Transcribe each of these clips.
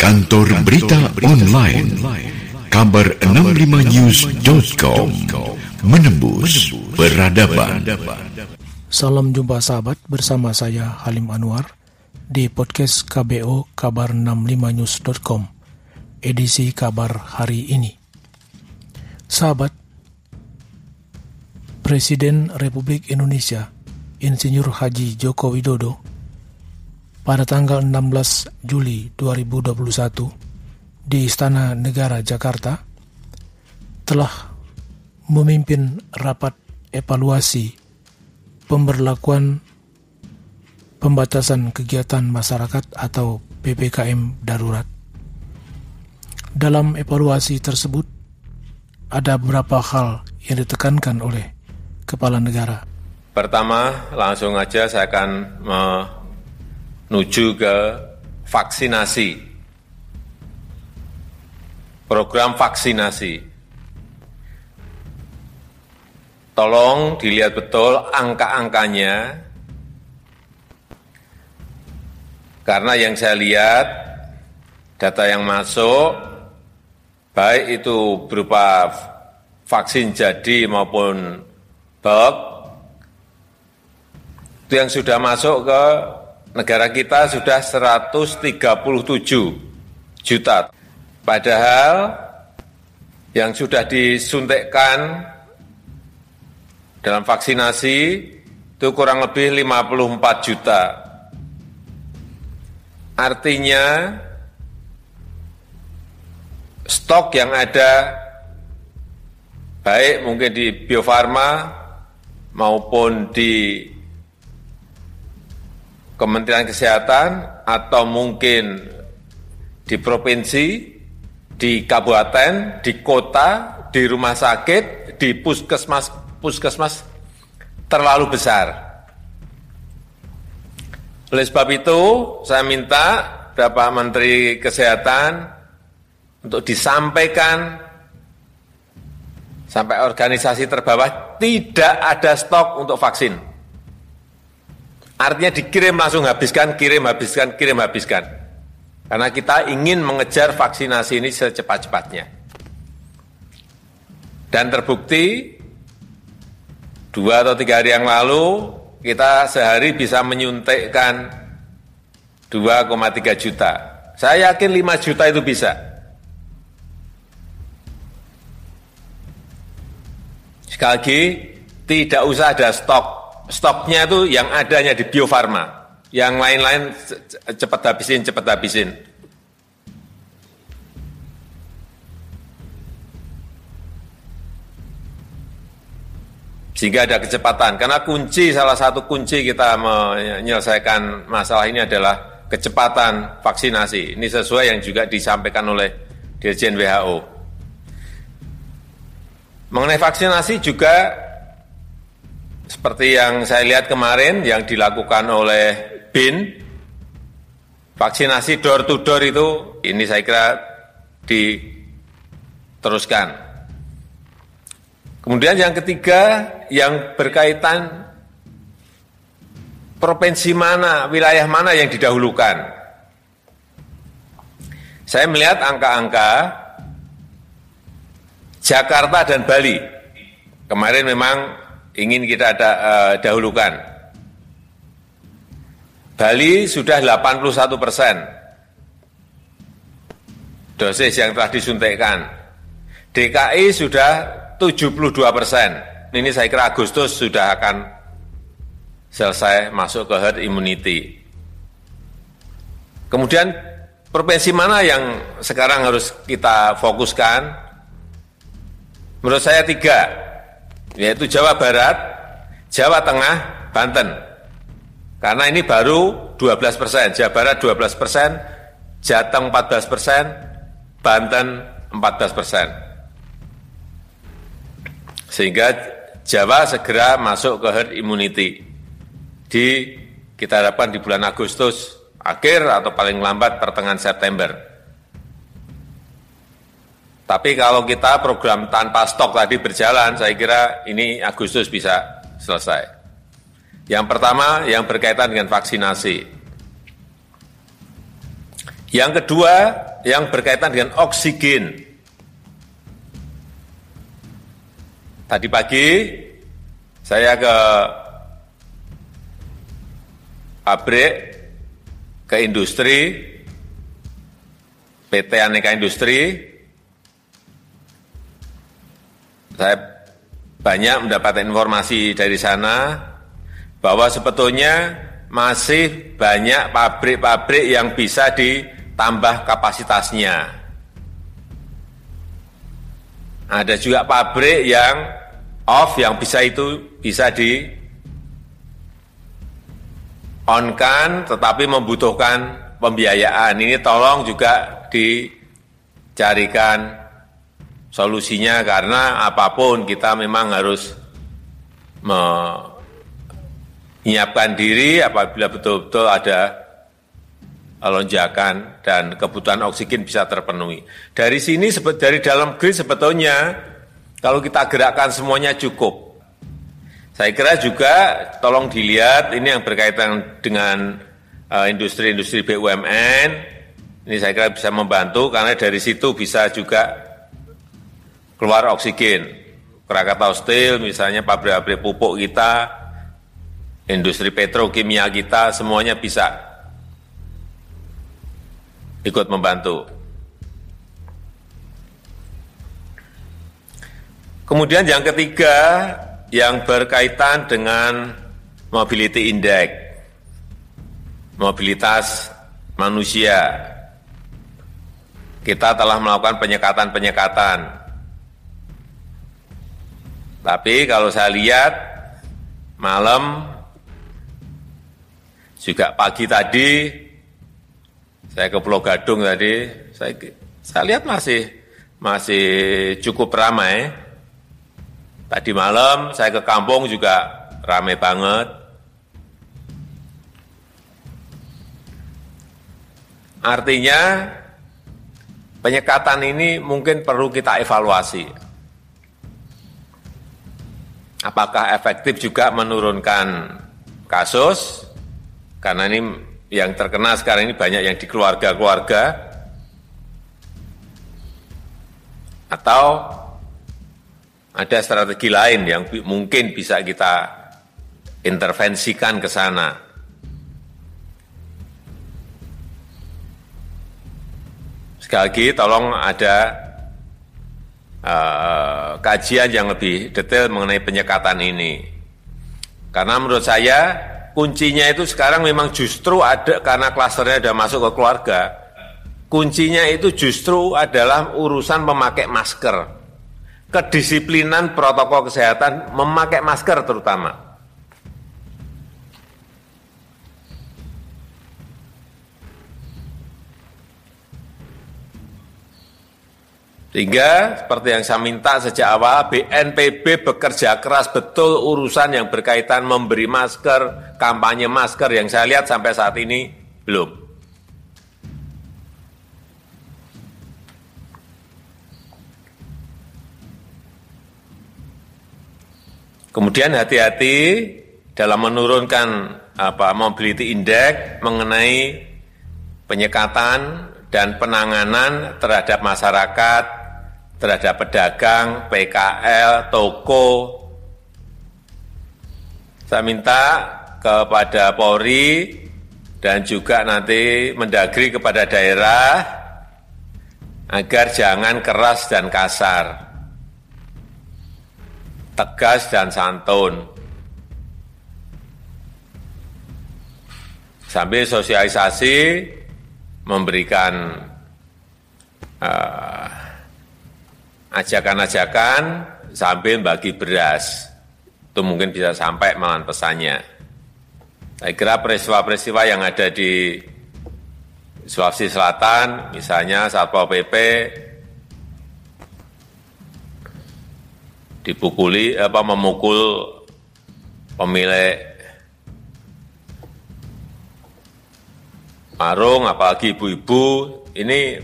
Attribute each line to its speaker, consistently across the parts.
Speaker 1: Kantor Berita Online kabar65news.com menembus peradaban.
Speaker 2: Salam jumpa sahabat, bersama saya Halim Anwar di podcast KBO kabar65news.com edisi kabar hari ini. Sahabat, Presiden Republik Indonesia Insinyur Haji Joko Widodo pada tanggal 16 Juli 2021 di Istana Negara Jakarta telah memimpin rapat evaluasi pemberlakuan pembatasan kegiatan masyarakat atau PPKM darurat. Dalam evaluasi tersebut ada beberapa hal yang ditekankan oleh Kepala Negara.
Speaker 3: Pertama, langsung aja saya akan menuju ke vaksinasi. Program vaksinasi. Tolong dilihat betul angka-angkanya, karena yang saya lihat data yang masuk, baik itu berupa vaksin jadi maupun bulk, itu yang sudah masuk ke negara kita sudah 137 juta. Padahal yang sudah disuntikkan dalam vaksinasi itu kurang lebih 54 juta. Artinya stok yang ada baik mungkin di Bio Farma maupun di Kementerian Kesehatan atau mungkin di provinsi, di kabupaten, di kota, di rumah sakit, di puskesmas terlalu besar. Oleh sebab itu, saya minta Bapak Menteri Kesehatan untuk disampaikan sampai organisasi terbawah tidak ada stok untuk vaksin. Artinya dikirim langsung habiskan, kirim habiskan. Karena kita ingin mengejar vaksinasi ini secepat-cepatnya. Dan terbukti 2 atau 3 hari yang lalu kita sehari bisa menyuntikkan 2,3 juta. Saya yakin 5 juta itu bisa. Sekali lagi, tidak usah ada stok. Stoknya itu yang adanya di Bio Farma. Yang lain-lain cepat habisin. Sehingga ada kecepatan. Karena salah satu kunci kita menyelesaikan masalah ini adalah kecepatan vaksinasi. Ini sesuai yang juga disampaikan oleh Dirjen WHO. Mengenai vaksinasi juga seperti yang saya lihat kemarin yang dilakukan oleh BIN, vaksinasi door to door itu, ini saya kira diteruskan. Kemudian yang ketiga, yang berkaitan provinsi mana, wilayah mana yang didahulukan. Saya melihat angka-angka Jakarta dan Bali. Kemarin memang ingin kita dahulukan. Bali sudah 81% dosis yang telah disuntikkan. DKI sudah 72%. Ini saya kira Agustus sudah akan selesai masuk ke herd immunity. Kemudian provinsi mana yang sekarang harus kita fokuskan? Menurut saya 3. Yaitu Jawa Barat, Jawa Tengah, Banten. Karena ini baru 12%, Jawa Barat 12%, Jateng 14%, Banten 14%. Sehingga Jawa segera masuk ke herd immunity. Kita harapkan di bulan Agustus akhir atau paling lambat pertengahan September. Tapi kalau kita program tanpa stok tadi berjalan, saya kira ini Agustus bisa selesai. Yang pertama, yang berkaitan dengan vaksinasi. Yang kedua, yang berkaitan dengan oksigen. Tadi pagi saya ke pabrik, ke industri, PT Aneka Industri. Saya banyak mendapat informasi dari sana bahwa sebetulnya masih banyak pabrik-pabrik yang bisa ditambah kapasitasnya. Ada juga pabrik yang off, yang bisa di on-kan, tetapi membutuhkan pembiayaan. Ini tolong juga dicarikan solusinya, karena apapun kita memang harus menyiapkan diri apabila betul-betul ada lonjakan dan kebutuhan oksigen bisa terpenuhi. Dari sini, dari dalam grid sebetulnya kalau kita gerakkan semuanya cukup. Saya kira juga tolong dilihat ini yang berkaitan dengan industri-industri BUMN. Ini saya kira bisa membantu karena dari situ bisa juga keluar oksigen. Krakatau Steel misalnya, pabrik-pabrik pupuk kita, industri petrokimia kita, semuanya bisa ikut membantu. Kemudian yang ketiga, yang berkaitan dengan mobility index, mobilitas manusia. Kita telah melakukan penyekatan-penyekatan. Tapi kalau saya lihat malam, juga pagi tadi, saya ke Pulau Gadung tadi, saya lihat masih cukup ramai. Tadi malam saya ke kampung juga ramai banget. Artinya penyekatan ini mungkin perlu kita evaluasi. Apakah efektif juga menurunkan kasus? Karena ini yang terkena sekarang ini banyak yang di keluarga-keluarga. Atau ada strategi lain yang mungkin bisa kita intervensikan ke sana. Sekali lagi, tolong ada kajian yang lebih detail mengenai penyekatan ini. Karena menurut saya, kuncinya itu sekarang memang justru ada, karena klasternya sudah masuk ke keluarga, kuncinya itu justru adalah urusan memakai masker. Kedisiplinan protokol kesehatan, memakai masker terutama. Sehingga seperti yang saya minta sejak awal, BNPB bekerja keras betul urusan yang berkaitan memberi masker, kampanye masker yang saya lihat sampai saat ini belum. Kemudian hati-hati dalam menurunkan mobility index mengenai penyekatan dan penanganan terhadap masyarakat, terhadap pedagang, PKL, toko. Saya minta kepada Polri dan juga nanti Mendagri kepada daerah agar jangan keras dan kasar, tegas dan santun. Sambil sosialisasi memberikan ajakan-ajakan sambil bagi beras. Itu mungkin bisa sampai malahan pesannya. Saya kira peristiwa-peristiwa yang ada di Sulawesi Selatan, misalnya Satpol PP memukul pemilik warung, apalagi ibu-ibu, ini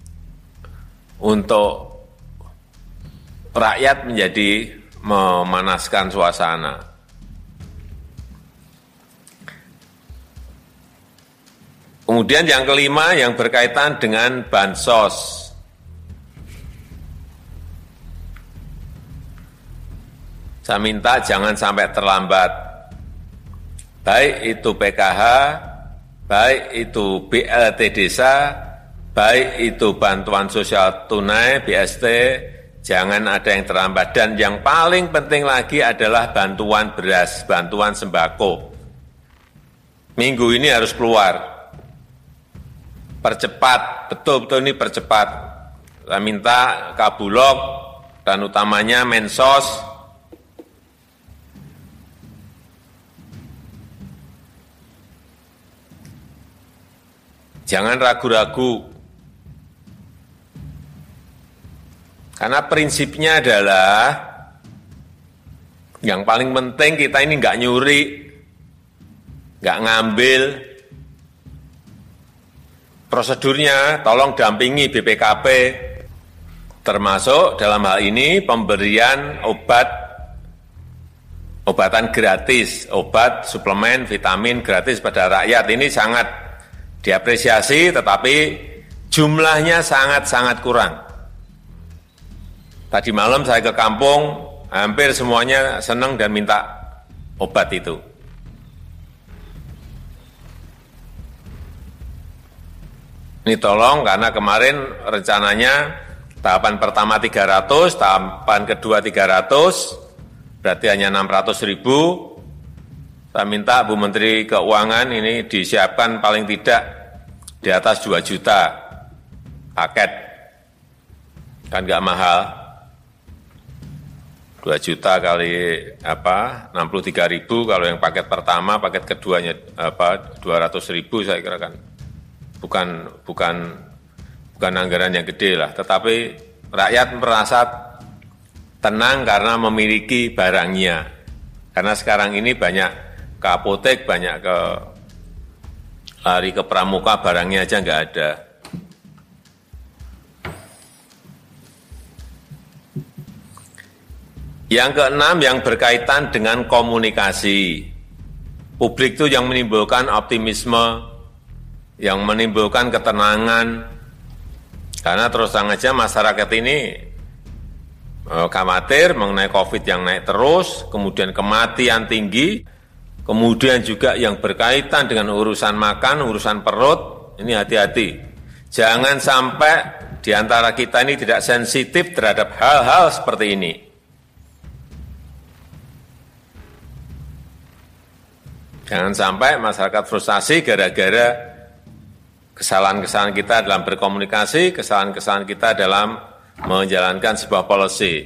Speaker 3: untuk rakyat menjadi memanaskan suasana. Kemudian yang kelima yang berkaitan dengan bansos. Saya minta jangan sampai terlambat. Baik itu PKH, baik itu BLT desa, baik itu bantuan sosial tunai, BST, jangan ada yang terlambat. Dan yang paling penting lagi adalah bantuan beras, bantuan sembako. Minggu ini harus keluar. Percepat, betul-betul ini percepat. Saya minta Kabulok dan utamanya Mensos jangan ragu-ragu, karena prinsipnya adalah yang paling penting kita ini nggak nyuri, nggak ngambil. Prosedurnya tolong dampingi BPKP, termasuk dalam hal ini pemberian obatan gratis, obat, suplemen, vitamin gratis pada rakyat. Ini sangat diapresiasi, tetapi jumlahnya sangat-sangat kurang. Tadi malam saya ke kampung, hampir semuanya senang dan minta obat itu. Ini tolong, karena kemarin rencananya tahapan pertama 300, tahapan kedua 300, berarti hanya 600.000. Saya minta Bu Menteri Keuangan ini disiapkan paling tidak di atas 2 juta paket, kan nggak mahal. 2 juta kali 63.000, kalau yang paket pertama, paket keduanya 200.000 saya kira kan. Bukan anggaran yang gede lah, tetapi rakyat merasa tenang karena memiliki barangnya. Karena sekarang ini banyak ke apotek, banyak lari ke pramuka, barangnya aja nggak ada. Yang keenam yang berkaitan dengan komunikasi. Publik itu yang menimbulkan optimisme, yang menimbulkan ketenangan, karena terus terang aja masyarakat ini khawatir mengenai COVID yang naik terus, kemudian kematian tinggi, kemudian juga yang berkaitan dengan urusan makan, urusan perut, ini hati-hati. Jangan sampai di antara kita ini tidak sensitif terhadap hal-hal seperti ini. Jangan sampai masyarakat frustasi gara-gara kesalahan-kesalahan kita dalam berkomunikasi, kesalahan-kesalahan kita dalam menjalankan sebuah policy.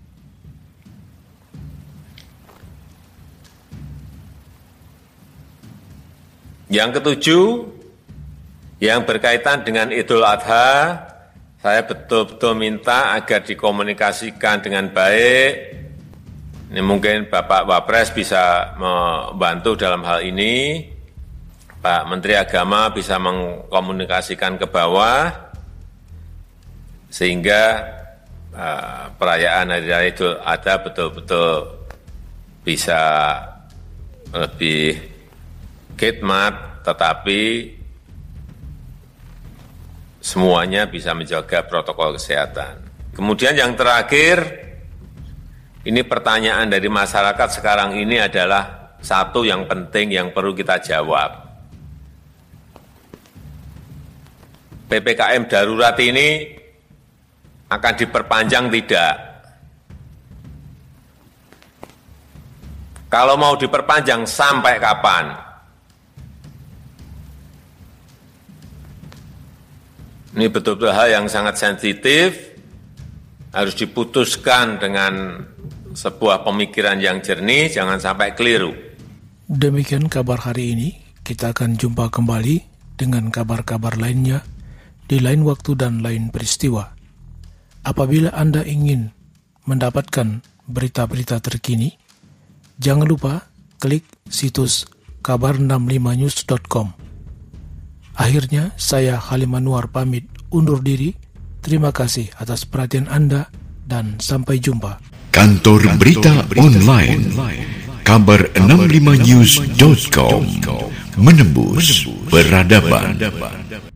Speaker 3: Yang ketujuh, yang berkaitan dengan Idul Adha, saya betul-betul minta agar dikomunikasikan dengan baik. Ini mungkin Bapak Wapres bisa membantu dalam hal ini. Pak Menteri Agama bisa mengkomunikasikan ke bawah, sehingga perayaan Hari Raya Idul Adha betul-betul bisa lebih khidmat, tetapi semuanya bisa menjaga protokol kesehatan. Kemudian yang terakhir, ini pertanyaan dari masyarakat sekarang ini adalah satu yang penting yang perlu kita jawab. PPKM darurat ini akan diperpanjang tidak? Kalau mau diperpanjang sampai kapan? Ini betul-betul hal yang sangat sensitif, harus diputuskan dengan sebuah pemikiran yang jernih, jangan sampai keliru.
Speaker 2: Demikian kabar hari ini, kita akan jumpa kembali dengan kabar-kabar lainnya di lain waktu dan lain peristiwa. Apabila Anda ingin mendapatkan berita-berita terkini, jangan lupa klik situs kabar65news.com. Akhirnya, saya Halim Anwar pamit undur diri. Terima kasih atas perhatian Anda dan sampai jumpa.
Speaker 1: Kantor Berita Online Kabar65news.com menembus peradaban.